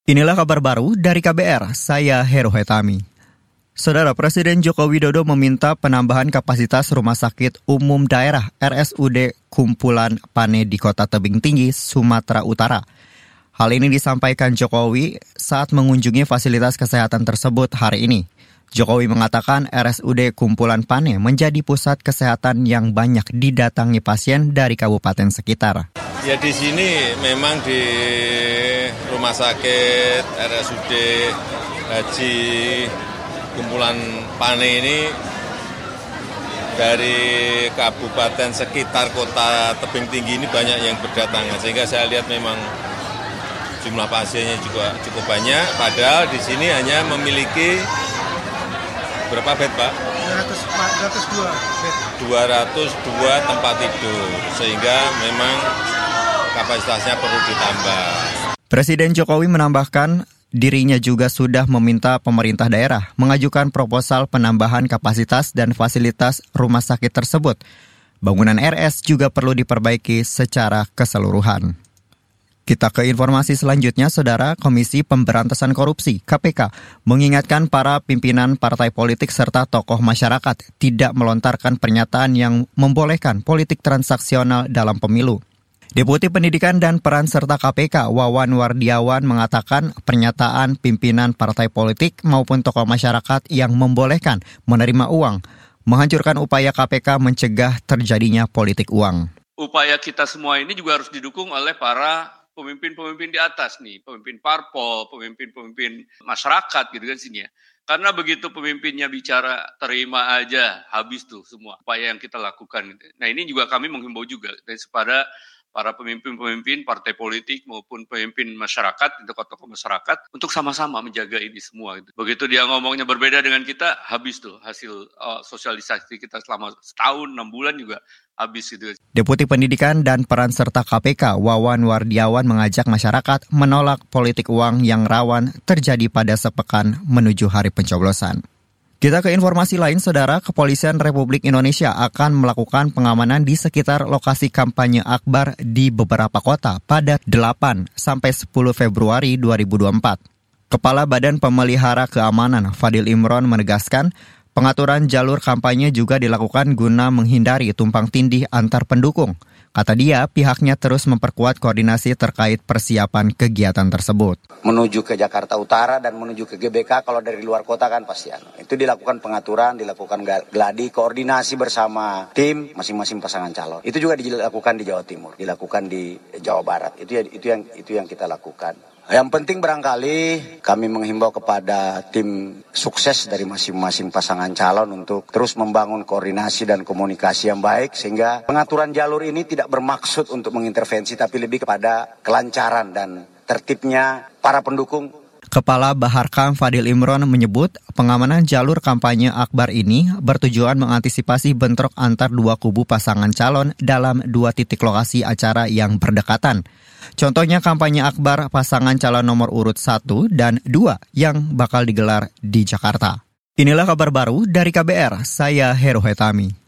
Inilah kabar baru dari KBR, saya Heru Hetami. Saudara, Presiden Joko Widodo meminta penambahan kapasitas Rumah Sakit Umum Daerah RSUD Kumpulan Pane di Kota Tebing Tinggi, Sumatera Utara. Hal ini disampaikan Jokowi saat mengunjungi fasilitas kesehatan tersebut hari ini. Jokowi mengatakan RSUD Kumpulan Pane menjadi pusat kesehatan yang banyak didatangi pasien dari kabupaten sekitar. Ya di sini memang di Rumah Sakit RSUD Haji Kumpulan Pane ini dari kabupaten sekitar Kota Tebing Tinggi ini banyak yang berdatangan, sehingga saya lihat memang jumlah pasiennya juga cukup banyak. Padahal di sini hanya memiliki berapa bed, Pak? 202 bed. 202 tempat tidur, sehingga memang kapasitasnya perlu ditambah. Presiden Jokowi menambahkan dirinya juga sudah meminta pemerintah daerah mengajukan proposal penambahan kapasitas dan fasilitas rumah sakit tersebut. Bangunan RS juga perlu diperbaiki secara keseluruhan. Kita ke informasi selanjutnya, Saudara. Komisi Pemberantasan Korupsi (KPK) mengingatkan para pimpinan partai politik serta tokoh masyarakat tidak melontarkan pernyataan yang membolehkan politik transaksional dalam pemilu. Deputi Pendidikan dan Peran Serta KPK Wawan Wardiawan mengatakan pernyataan pimpinan partai politik maupun tokoh masyarakat yang membolehkan menerima uang menghancurkan upaya KPK mencegah terjadinya politik uang. Upaya kita semua ini juga harus didukung oleh para pemimpin-pemimpin di atas nih, pemimpin parpol, pemimpin-pemimpin masyarakat gitu kan sini ya. Karena begitu pemimpinnya bicara, terima aja, habis tuh semua upaya yang kita lakukan. Nah ini juga kami menghimbau juga kepada para pemimpin-pemimpin partai politik maupun pemimpin masyarakat, tokoh-tokoh masyarakat untuk sama-sama menjaga ini semua. Begitu dia ngomongnya berbeda dengan kita, habis tuh hasil sosialisasi kita selama setahun, 6 bulan juga habis itu. Deputi Pendidikan dan Peran Serta KPK Wawan Wardiawan mengajak masyarakat menolak politik uang yang rawan terjadi pada sepekan menuju hari pencoblosan. Kita ke informasi lain, Saudara. Kepolisian Republik Indonesia akan melakukan pengamanan di sekitar lokasi kampanye akbar di beberapa kota pada 8 sampai 10 Februari 2024. Kepala Badan Pemelihara Keamanan Fadil Imron menegaskan pengaturan jalur kampanye juga dilakukan guna menghindari tumpang tindih antar pendukung. Kata dia, pihaknya terus memperkuat koordinasi terkait persiapan kegiatan tersebut. Menuju ke Jakarta Utara dan menuju ke GBK, kalau dari luar kota kan pasti itu dilakukan pengaturan, dilakukan gladi, koordinasi bersama tim masing-masing pasangan calon. Itu juga dilakukan di Jawa Timur, dilakukan di Jawa Barat. Itu yang kita lakukan. Yang penting barangkali kami menghimbau kepada tim sukses dari masing-masing pasangan calon untuk terus membangun koordinasi dan komunikasi yang baik sehingga pengaturan jalur ini tidak bermaksud untuk mengintervensi tapi lebih kepada kelancaran dan tertibnya para pendukung. Kepala Baharkam Fadil Imron menyebut pengamanan jalur kampanye akbar ini bertujuan mengantisipasi bentrok antar dua kubu pasangan calon dalam 2 titik lokasi acara yang berdekatan. Contohnya kampanye akbar pasangan calon nomor urut 1 dan 2 yang bakal digelar di Jakarta. Inilah kabar baru dari KBR, saya Heru Hetami.